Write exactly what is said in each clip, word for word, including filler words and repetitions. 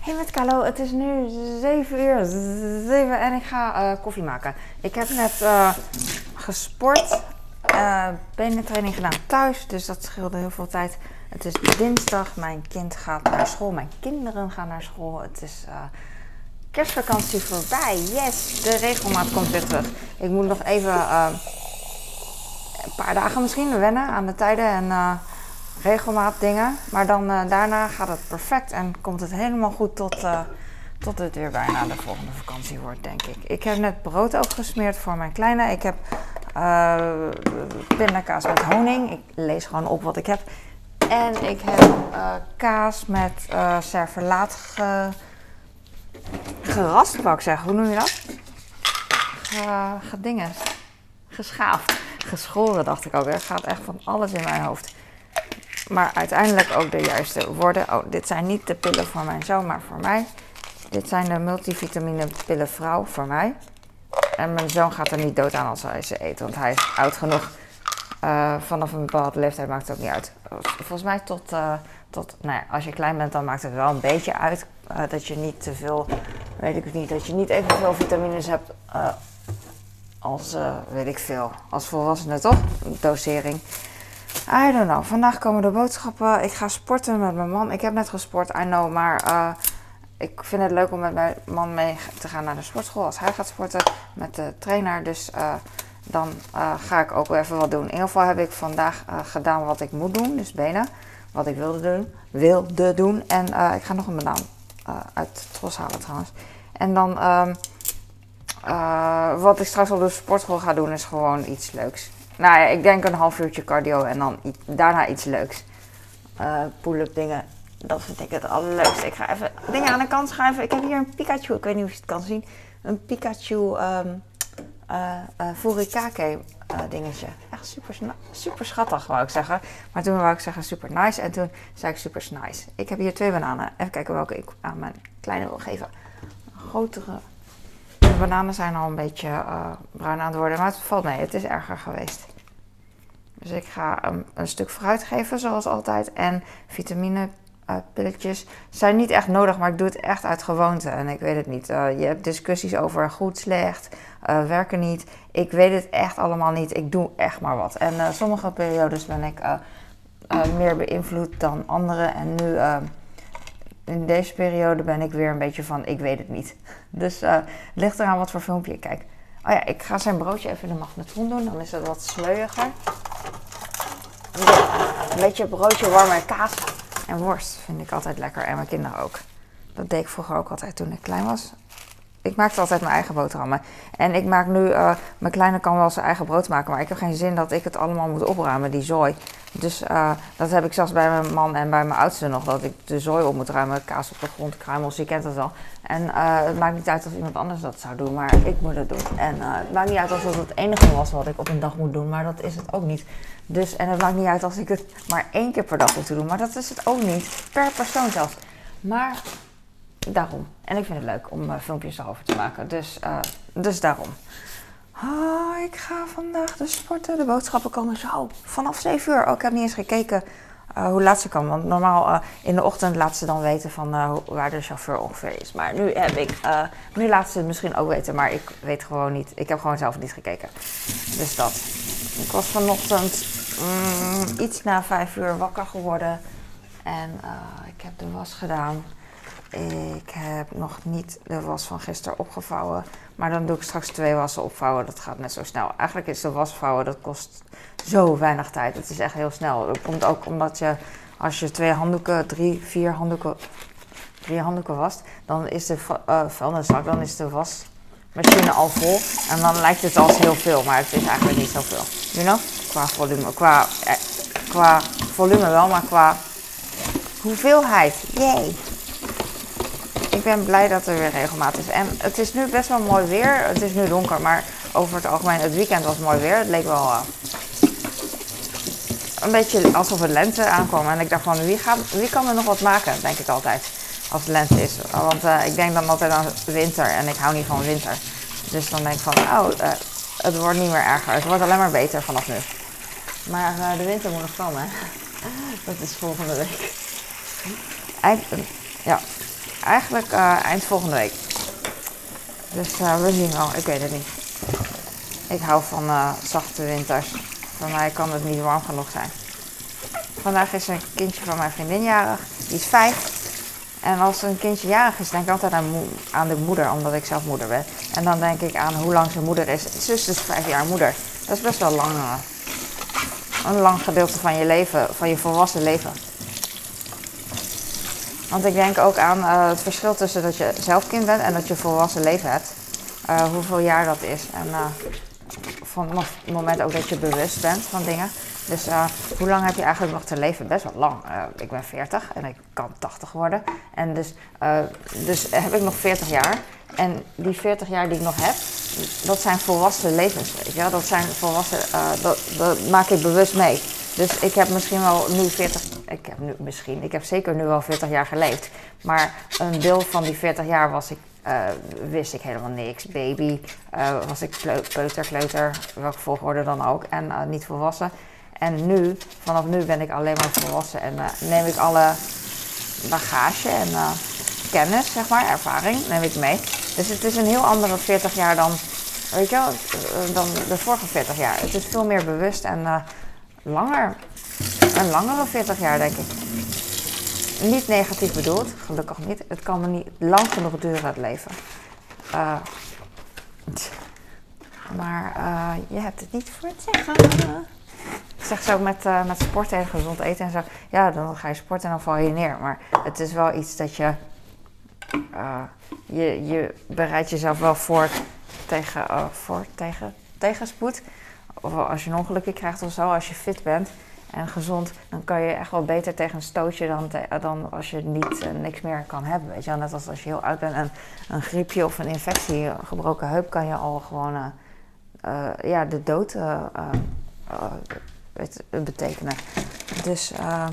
Hey met Carlo, het is nu zeven uur zeven en ik ga uh, koffie maken. Ik heb net uh, gesport, uh, benentraining gedaan thuis, dus dat scheelde heel veel tijd. Het is dinsdag, mijn kind gaat naar school, mijn kinderen gaan naar school. Het is uh, kerstvakantie voorbij, yes! De regelmaat komt weer terug. Ik moet nog even uh, een paar dagen misschien wennen aan de tijden en uh, regelmaat dingen. Maar dan uh, daarna gaat het perfect en komt het helemaal goed tot, uh, tot het weer bijna de volgende vakantie wordt, denk ik. Ik heb net brood ook gesmeerd voor mijn kleine. Ik heb uh, pindakaas met honing. Ik lees gewoon op wat ik heb. En ik heb uh, kaas met uh, servelaat ge, gerast, wou ik zeggen. Hoe noem je dat? Ge, gedingen. Geschaafd. Geschoren, dacht ik ook. Er gaat echt van alles in mijn hoofd. Maar uiteindelijk ook de juiste woorden. Oh, dit zijn niet de pillen voor mijn zoon, maar voor mij. Dit zijn de multivitamine pillen vrouw voor mij. En mijn zoon gaat er niet dood aan als hij ze eet, want hij is oud genoeg. Uh, vanaf een bepaalde leeftijd maakt het ook niet uit. Volgens mij tot, uh, tot nou ja, als je klein bent, dan maakt het wel een beetje uit. Uh, dat je niet te veel, weet ik niet, dat je niet evenveel vitamines hebt uh, als, uh, weet ik veel, als volwassenen, toch? Dosering. I don't know. Vandaag komen de boodschappen. Ik ga sporten met mijn man. Ik heb net gesport, I know, maar uh, ik vind het leuk om met mijn man mee te gaan naar de sportschool als hij gaat sporten met de trainer. Dus uh, dan uh, ga ik ook even wat doen. In ieder geval heb ik vandaag uh, gedaan wat ik moet doen, dus benen. Wat ik wilde doen, wilde doen. En uh, ik ga nog een banaan uh, uit het tros halen trouwens. En dan, uh, uh, wat ik straks op de sportschool ga doen, is gewoon iets leuks. Nou ja, ik denk een half uurtje cardio en dan i- daarna iets leuks. Uh, pull-up dingen, dat vind ik het allerleukste. Ik ga even dingen aan de kant schuiven. Ik heb hier een Pikachu, ik weet niet of je het kan zien. Een Pikachu um, uh, uh, Furikake uh, dingetje. Echt super, super schattig, wou ik zeggen. Maar toen wou ik zeggen super nice en toen zei ik super nice. Ik heb hier twee bananen. Even kijken welke ik aan mijn kleine wil geven. Een grotere. De bananen zijn al een beetje uh, bruin aan het worden, maar het valt mee. Het is erger geweest. Dus ik ga um, een stuk fruit geven, zoals altijd. En vitaminepilletjes uh, zijn niet echt nodig, maar ik doe het echt uit gewoonte. En ik weet het niet. Uh, je hebt discussies over goed, slecht, uh, werken niet. Ik weet het echt allemaal niet. Ik doe echt maar wat. En uh, sommige periodes ben ik uh, uh, meer beïnvloed dan andere. En nu... Uh, In deze periode ben ik weer een beetje van, ik weet het niet. Dus uh, het ligt eraan wat voor filmpje ik kijk. Oh ja, ik ga zijn broodje even in de magnetron doen, dan is het wat sleuiger. Een beetje broodje warme kaas en worst vind ik altijd lekker en mijn kinderen ook. Dat deed ik vroeger ook altijd toen ik klein was. Ik maakte altijd mijn eigen boterhammen. En ik maak nu, uh, mijn kleine kan wel zijn eigen brood maken, maar ik heb geen zin dat ik het allemaal moet opruimen, die zooi. Dus uh, dat heb ik zelfs bij mijn man en bij mijn oudste nog, dat ik de zooi op moet ruimen, kaas op de grond, kruimels, je kent het wel. En uh, het maakt niet uit of iemand anders dat zou doen, maar ik moet het doen. En uh, het maakt niet uit of dat het enige was wat ik op een dag moet doen, maar dat is het ook niet. Dus, en het maakt niet uit als ik het maar één keer per dag moet doen, maar dat is het ook niet. Per persoon zelfs. Maar daarom. En ik vind het leuk om uh, filmpjes erover te maken, dus, uh, dus daarom. Oh, ik ga vandaag dus sporten. De boodschappen komen zo vanaf zeven uur. Oh, ik heb niet eens gekeken uh, hoe laat ze komen. Want normaal uh, in de ochtend laat ze dan weten van uh, waar de chauffeur ongeveer is. Maar nu heb ik, uh, nu laat ze het misschien ook weten. Maar ik weet gewoon niet. Ik heb gewoon zelf niet gekeken. Dus dat. Ik was vanochtend mm, iets na vijf uur wakker geworden. En uh, ik heb de was gedaan. Ik heb nog niet de was van gisteren opgevouwen. Maar dan doe ik straks twee wassen opvouwen. Dat gaat net zo snel. Eigenlijk is de was vouwen, dat kost zo weinig tijd. Het is echt heel snel. Dat komt ook omdat je, als je twee handdoeken, drie, vier handdoeken, drie handdoeken wast, dan is de uh, vuilniszak, dan is de wasmachine al vol. En dan lijkt het als heel veel, maar het is eigenlijk niet zoveel. You know? Qua volume. Qua, eh, qua volume wel, maar qua hoeveelheid. Yay! Ik ben blij dat er weer regelmatig is. En het is nu best wel mooi weer. Het is nu donker, maar over het algemeen, het weekend was mooi weer. Het leek wel uh, een beetje alsof het lente aankwam. En ik dacht van, wie, gaat, wie kan er nog wat maken, denk ik altijd, als het lente is. Want uh, ik denk dan altijd aan winter en ik hou niet van winter. Dus dan denk ik van, oh, uh, het wordt niet meer erger. Het wordt alleen maar beter vanaf nu. Maar uh, de winter moet nog komen, hè. Dat is volgende week. Eind, ja. eigenlijk uh, eind volgende week. Dus uh, we zien wel, ik weet het niet. Ik hou van uh, zachte winters. Voor mij kan het niet warm genoeg zijn. Vandaag is een kindje van mijn vriendin jarig. Die is vijf. En als een kindje jarig is, denk ik altijd aan, mo- aan de moeder, omdat ik zelf moeder ben. En dan denk ik aan hoe lang zijn moeder is. Ze is dus vijf jaar moeder. Dat is best wel lang, uh, een lang gedeelte van je leven, van je volwassen leven. Want ik denk ook aan uh, het verschil tussen dat je zelf kind bent en dat je volwassen leven hebt. Uh, hoeveel jaar dat is. En uh, vanaf het moment ook dat je bewust bent van dingen. Dus uh, hoe lang heb je eigenlijk nog te leven? Best wel lang. Uh, ik ben veertig en ik kan tachtig worden. En dus, uh, dus heb ik nog veertig jaar. En die veertig jaar die ik nog heb, dat zijn volwassen levens. Weet je wel? Dat zijn volwassen, uh, dat, dat maak ik bewust mee. Dus ik heb misschien wel nu veertig, ik heb nu misschien, ik heb zeker nu wel veertig jaar geleefd. Maar een deel van die veertig jaar was ik, uh, wist ik helemaal niks. Baby, uh, was ik peuter, kleuter, welke volgorde dan ook. En uh, niet volwassen. En nu, vanaf nu ben ik alleen maar volwassen en uh, neem ik alle bagage en uh, kennis, zeg maar, ervaring, neem ik mee. Dus het is een heel andere veertig jaar dan, weet je wel, dan de vorige veertig jaar. Het is veel meer bewust en uh, langer, een langere veertig jaar, denk ik. Niet negatief bedoeld, gelukkig niet. Het kan me niet lang genoeg duren, het leven. Uh, maar uh, je hebt het niet voor het zeggen. Ik zeg zo met, uh, met sporten en gezond eten en zo. Ja, dan ga je sporten en dan val je neer. Maar het is wel iets dat je... Uh, je, je bereidt jezelf wel voor tegen, uh, voor tegen tegenspoed. Of als je een ongelukje krijgt of zo. Als je fit bent en gezond, dan kan je echt wel beter tegen een stootje dan, te, dan als je niet, uh, niks meer kan hebben. Weet je wel? Net als als je heel oud bent en een griepje of een infectie, een gebroken heup, kan je al gewoon uh, uh, ja, de dood... Uh, uh, uh, Het betekenen. Dus uh,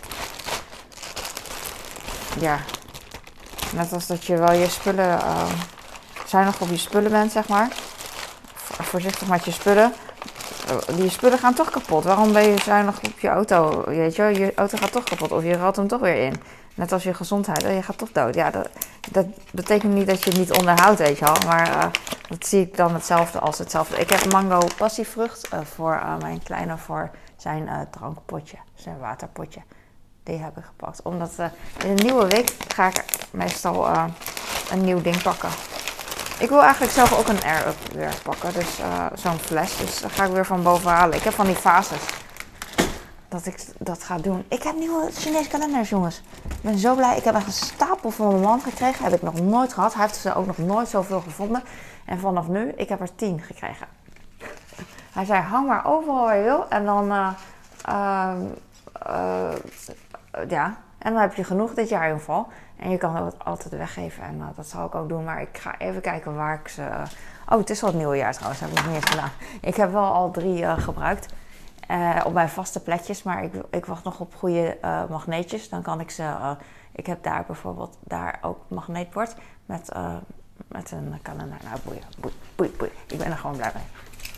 ja, net als dat je wel je spullen, uh, zuinig op je spullen bent, zeg maar. Voorzichtig met je spullen. Uh, die spullen gaan toch kapot. Waarom ben je zuinig op je auto? Weet je, je auto gaat toch kapot of je ralt hem toch weer in. Net als je gezondheid, je gaat toch dood. Ja, dat, dat betekent niet dat je het niet onderhoudt, weet je wel. Maar uh, dat zie ik dan hetzelfde als hetzelfde. Ik heb mango passievrucht uh, voor uh, mijn kleine, voor zijn uh, drankpotje, zijn waterpotje. Die heb ik gepakt. Omdat uh, in een nieuwe week ga ik meestal uh, een nieuw ding pakken. Ik wil eigenlijk zelf ook een Air-Up weer pakken. Dus uh, zo'n fles. Dus dat ga ik weer van boven halen. Ik heb van die fases. Dat ik dat ga doen. Ik heb nieuwe Chinese kalenders, jongens. Ik ben zo blij. Ik heb echt een stapel van mijn man gekregen. Heb ik nog nooit gehad. Hij heeft ze ook nog nooit zoveel gevonden. En vanaf nu, ik heb er tien gekregen. Hij zei, hang maar overal waar je wil. En dan, uh, uh, uh, ja. En dan heb je genoeg dit jaar in ieder geval. En je kan het altijd weggeven. En uh, dat zal ik ook doen. Maar ik ga even kijken waar ik ze... Uh... Oh, het is al het nieuwe jaar trouwens. Dat heb ik nog niet eens gedaan. Ik heb wel al drie uh, gebruikt. Uh, op mijn vaste plekjes, maar ik, ik wacht nog op goede uh, magneetjes. Dan kan ik ze... Uh, ik heb daar bijvoorbeeld daar ook magneetbord met, uh, met een kalender. Nou, boeien, boeien, boeien, boeien. Ik ben er gewoon blij mee.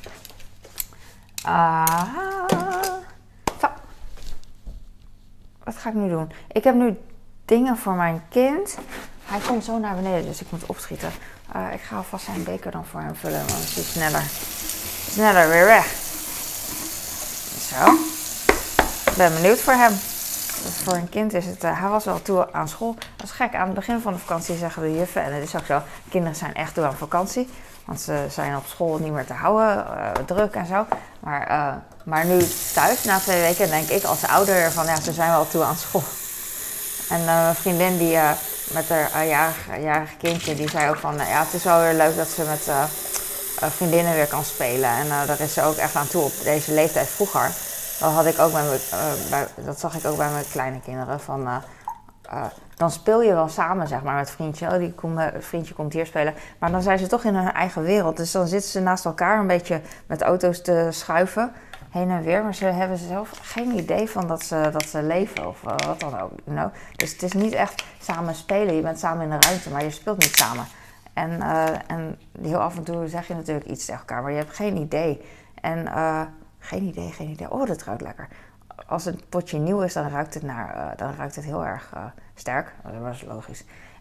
Uh, zo. Wat ga ik nu doen? Ik heb nu dingen voor mijn kind. Hij komt zo naar beneden, dus ik moet opschieten. Uh, ik ga alvast zijn beker dan voor hem vullen, want dan is hij sneller, sneller weer weg. Zo. Ik ben benieuwd voor hem. Dus voor een kind is het... Uh, hij was wel toe aan school. Dat is gek. Aan het begin van de vakantie zeggen de juffen... En het is ook zo. Kinderen zijn echt toe aan vakantie. Want ze zijn op school niet meer te houden. Uh, druk en zo. Maar, uh, maar nu thuis, na twee weken, denk ik als ouder van... Ja, ze zijn wel toe aan school. En uh, mijn vriendin die uh, met haar uh, jarig, jarig kindje... Die zei ook van... Uh, ja, het is wel weer leuk dat ze met... Uh, Uh, vriendinnen weer kan spelen. En uh, daar is ze ook echt aan toe op deze leeftijd. Vroeger, dat, had ik ook bij mijn, uh, bij, dat zag ik ook bij mijn kleine kinderen. Van, uh, uh, dan speel je wel samen, zeg maar, met vriendje. Oh, die kom, uh, vriendje komt hier spelen. Maar dan zijn ze toch in hun eigen wereld. Dus dan zitten ze naast elkaar een beetje met auto's te schuiven. Heen en weer. Maar ze hebben zelf geen idee van dat ze, dat ze leven. Of uh, wat dan ook. You know? Dus het is niet echt samen spelen. Je bent samen in de ruimte, maar je speelt niet samen. En, uh, en heel af en toe zeg je natuurlijk iets tegen elkaar, maar je hebt geen idee. En uh, geen idee, geen idee. Oh, dat ruikt lekker. Als het potje nieuw is, dan ruikt het, naar, uh, dan ruikt het heel erg uh, sterk. Dat is logisch.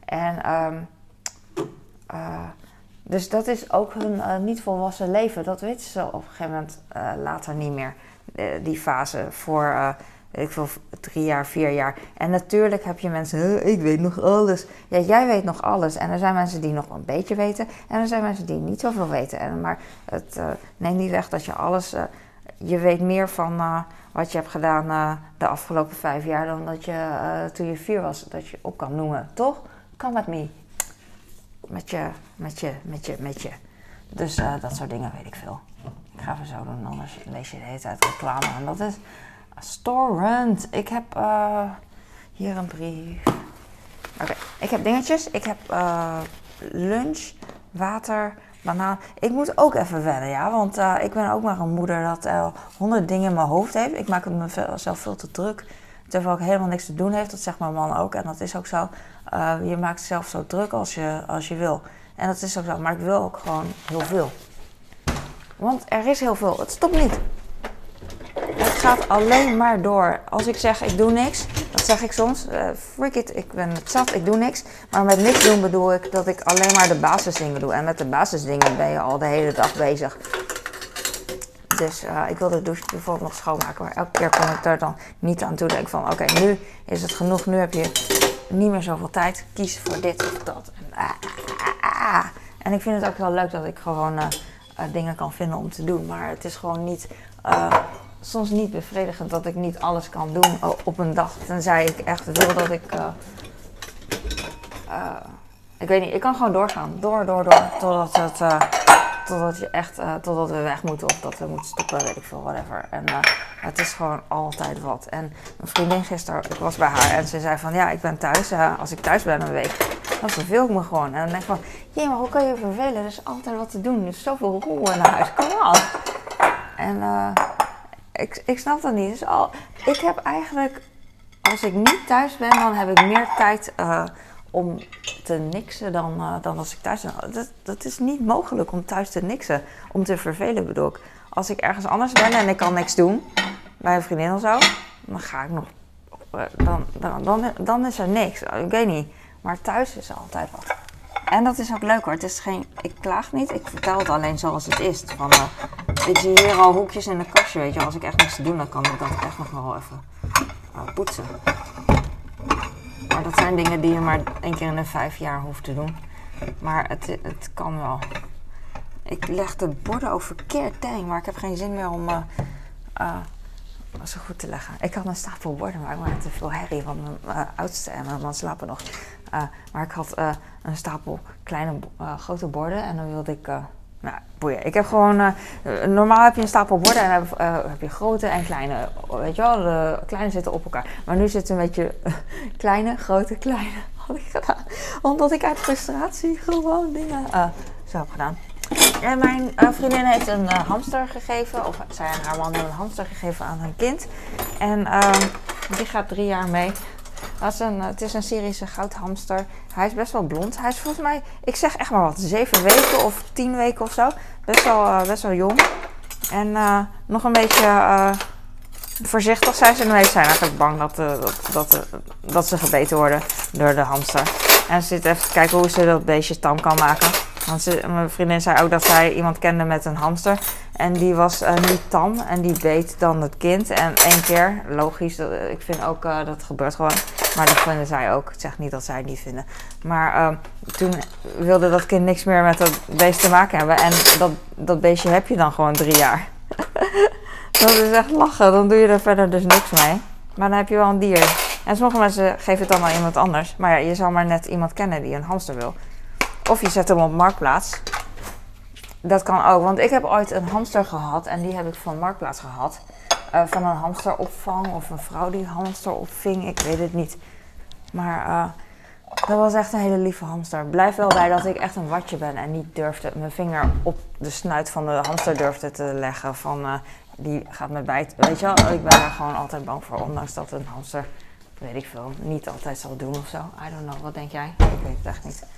En um, uh, dus dat is ook hun uh, niet volwassen leven. Dat weten ze op een gegeven moment uh, later niet meer. Uh, die fase voor, uh, weet ik veel, drie jaar, vier jaar. En natuurlijk heb je mensen, huh, ik weet nog alles. Ja, jij weet nog alles. En er zijn mensen die nog een beetje weten. En er zijn mensen die niet zoveel weten. En, maar het uh, neemt niet weg dat je alles... Uh, je weet meer van uh, wat je hebt gedaan uh, de afgelopen vijf jaar... dan dat je uh, toen je vier was, dat je op kan noemen. Toch? Come with me. Met je, met je, met je, met je. Dus uh, dat soort dingen weet ik veel. Ik ga even zo doen, anders lees je de hele tijd reclame. En dat is Storrent. Ik heb uh, hier een brief. Oké, okay. Ik heb dingetjes. Ik heb uh, lunch, water, banaan. Ik moet ook even wennen, ja. Want uh, ik ben ook maar een moeder dat uh, honderd dingen in mijn hoofd heeft. Ik maak het mezelf veel te druk. Terwijl ik helemaal niks te doen heeft. Dat zegt mijn man ook. En dat is ook zo. Uh, je maakt zelf zo druk als je, als je wil. En dat is ook zo. Maar ik wil ook gewoon heel veel. Want er is heel veel. Het stopt niet. Het gaat alleen maar door. Als ik zeg ik doe niks. Dat zeg ik soms. Uh, freak it. Ik ben het zat. Ik doe niks. Maar met niks doen bedoel ik dat ik alleen maar de basisdingen doe. En met de basisdingen ben je al de hele dag bezig. Dus uh, ik wil de douche bijvoorbeeld nog schoonmaken. Maar elke keer kom ik er dan niet aan toe. Denk van oké, okay, nu is het genoeg. Nu heb je niet meer zoveel tijd. Kies voor dit of dat. En, ah, ah, ah. en ik vind het ook wel leuk dat ik gewoon uh, uh, dingen kan vinden om te doen. Maar het is gewoon niet... Uh, soms niet bevredigend dat ik niet alles kan doen uh, op een dag. Tenzij ik echt wil dat ik... Uh, uh, ik weet niet, ik kan gewoon doorgaan. Door, door, door. Totdat het... Uh, Totdat je echt, uh, totdat we weg moeten of dat we moeten stoppen, weet ik veel, whatever. En uh, het is gewoon altijd wat. En mijn vriendin gisteren, ik was bij haar en ze zei van, ja, ik ben thuis. Uh, als ik thuis ben een week, dan verveel ik me gewoon. En dan denk ik van, jee, maar hoe kan je vervelen? Er is altijd wat te doen. Er is zoveel roer in huis. Kom aan. En uh, ik, ik snap dat niet. Dus al, ik heb eigenlijk, als ik niet thuis ben, dan heb ik meer tijd... Uh, om te niksen dan, uh, dan als ik thuis ben. Dat, dat is niet mogelijk om thuis te niksen. Om te vervelen bedoel ik. Als ik ergens anders ben en ik kan niks doen, bij een vriendin of zo, dan ga ik nog... Dan, dan, dan, dan is er niks. Ik weet niet. Maar thuis is er altijd wat. En dat is ook leuk hoor. Het is geen, ik klaag niet. Ik vertel het alleen zoals het is. Van, uh, ik zie hier al hoekjes in de kastje, weet je. Als ik echt niks te doen heb, kan ik dat echt nog wel even uh, poetsen. Maar dat zijn dingen die je maar één keer in de vijf jaar hoeft te doen. Maar het, het kan wel. Ik leg de borden ook verkeerd, dang, maar ik heb geen zin meer om uh, uh, zo goed te leggen. Ik had een stapel borden, maar ik maakte te veel herrie, want mijn uh, oudste en mijn man slapen nog. Uh, maar ik had uh, een stapel kleine, uh, grote borden en dan wilde ik... Uh, Nou, boeien. Ik heb gewoon... Uh, normaal heb je een stapel borden en dan heb, uh, heb je grote en kleine. Weet je wel, de kleine zitten op elkaar. Maar nu zit een beetje uh, kleine, grote, kleine. Had ik gedaan. Omdat ik uit frustratie gewoon dingen uh, zo heb gedaan. En mijn uh, vriendin heeft een uh, hamster gegeven. Of zij en haar man hebben een hamster gegeven aan hun kind. En uh, die gaat drie jaar mee. Dat is een, het is een Syrische goudhamster. Hij is best wel blond. Hij is volgens mij, ik zeg echt maar wat, zeven weken of tien weken of zo. Best wel, uh, best wel jong. En uh, nog een beetje uh, voorzichtig zijn ze. Nee, ze zijn eigenlijk bang dat, uh, dat, dat, uh, dat ze gebeten worden door de hamster. En ze zit even te kijken hoe ze dat beestje tam kan maken. Want ze, mijn vriendin zei ook dat zij iemand kende met een hamster. En die was uh, niet tam. En die beet dan het kind. En één keer, logisch, dat, ik vind ook uh, dat gebeurt gewoon. Maar dat vinden zij ook. Ik zeg niet dat zij het niet vinden. Maar uh, toen wilde dat kind niks meer met dat beest te maken hebben. En dat, dat beestje heb je dan gewoon drie jaar. Dat is echt lachen. Dan doe je er verder dus niks mee. Maar dan heb je wel een dier. En sommige mensen geven het dan aan iemand anders. Maar ja, je zou maar net iemand kennen die een hamster wil. Of je zet hem op Marktplaats. Dat kan ook, want ik heb ooit een hamster gehad en die heb ik van Marktplaats gehad. Uh, van een hamsteropvang of een vrouw die hamster opving, ik weet het niet. Maar uh, dat was echt een hele lieve hamster. Blijf wel bij dat ik echt een watje ben en niet durfde mijn vinger op de snuit van de hamster durfde te leggen. Van uh, die gaat me bijten. Weet je wel, ik ben daar gewoon altijd bang voor, ondanks dat een hamster, weet ik veel, niet altijd zal doen of zo. I don't know, wat denk jij? Ik weet het echt niet.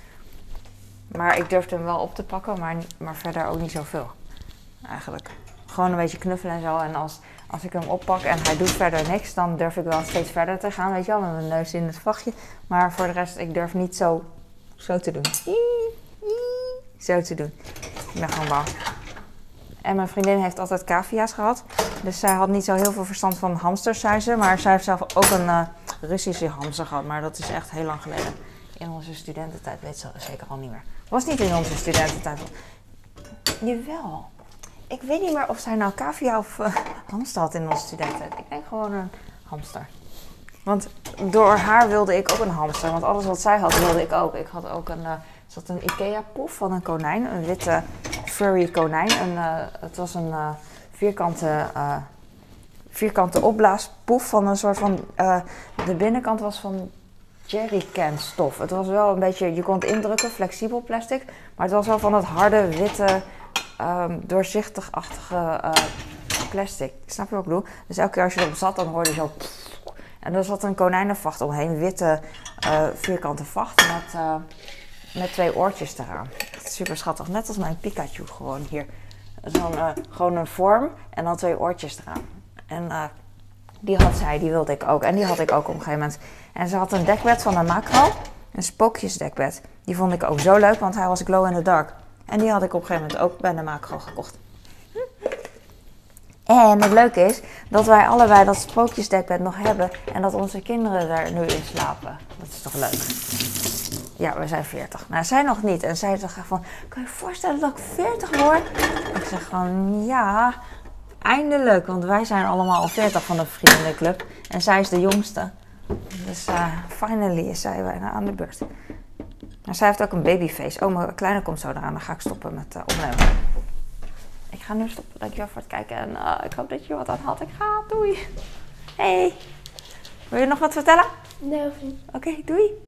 Maar ik durfde hem wel op te pakken, maar, maar verder ook niet zoveel. Eigenlijk. Gewoon een beetje knuffelen en zo. En als, als ik hem oppak en hij doet verder niks, dan durf ik wel steeds verder te gaan. Weet je wel, met mijn neus in het vachtje. Maar voor de rest, ik durf niet zo Zo te doen. Zo te doen. Ik ben gewoon bang. En mijn vriendin heeft altijd cavia's gehad. Dus zij had niet zo heel veel verstand van hamsters, zei ze. Maar zij heeft zelf ook een uh, Russische hamster gehad. Maar dat is echt heel lang geleden. In onze studententijd weet ze zeker al niet meer. Was niet in onze studententijd. Jawel. Ik weet niet meer of zij nou cavia of uh, hamster had in onze studententijd. Ik denk gewoon een hamster. Want door haar wilde ik ook een hamster. Want alles wat zij had, wilde ik ook. Ik had ook een... Uh, Er zat een Ikea-poef van een konijn, een witte furry konijn. Een, uh, het was een uh, vierkante, uh, vierkante opblaaspoef van een soort van... Uh, de binnenkant was van jerrycan stof. Het was wel een beetje, je kon het indrukken, flexibel plastic. Maar het was wel van dat harde, witte, um, doorzichtig-achtige uh, plastic. Snap je wat ik bedoel? Dus elke keer als je erop zat, dan hoorde je zo... En er zat een konijnenvacht omheen, witte uh, vierkante vacht met... Uh, Met twee oortjes eraan. Echt super schattig. Net als mijn Pikachu gewoon hier. Zo'n, uh, gewoon een vorm en dan twee oortjes eraan. En uh, die had zij, die wilde ik ook. En die had ik ook op een gegeven moment. En ze had een dekbed van een Macro. Een spookjesdekbed. Die vond ik ook zo leuk, want hij was glow in the dark. En die had ik op een gegeven moment ook bij de Macro gekocht. En het leuke is dat wij allebei dat spookjesdekbed nog hebben. En dat onze kinderen daar nu in slapen. Dat is toch leuk? Ja, we zijn veertig. Nou, zij nog niet. En zij zegt van, kan je je voorstellen dat ik veertig word? Ik zeg gewoon, ja, eindelijk. Want wij zijn allemaal al veertig van de vriendenclub. En zij is de jongste. Dus uh, finally is zij bijna aan de beurt. Maar zij heeft ook een babyface. Oh, mijn kleine komt zo eraan. Dan ga ik stoppen met uh, opnemen. Ik ga nu stoppen. Dankjewel voor het kijken. En uh, ik hoop dat je wat aan had. Ik ga. Doei. Hey. Wil je nog wat vertellen? Nee, hoeft niet. Oké, okay, doei.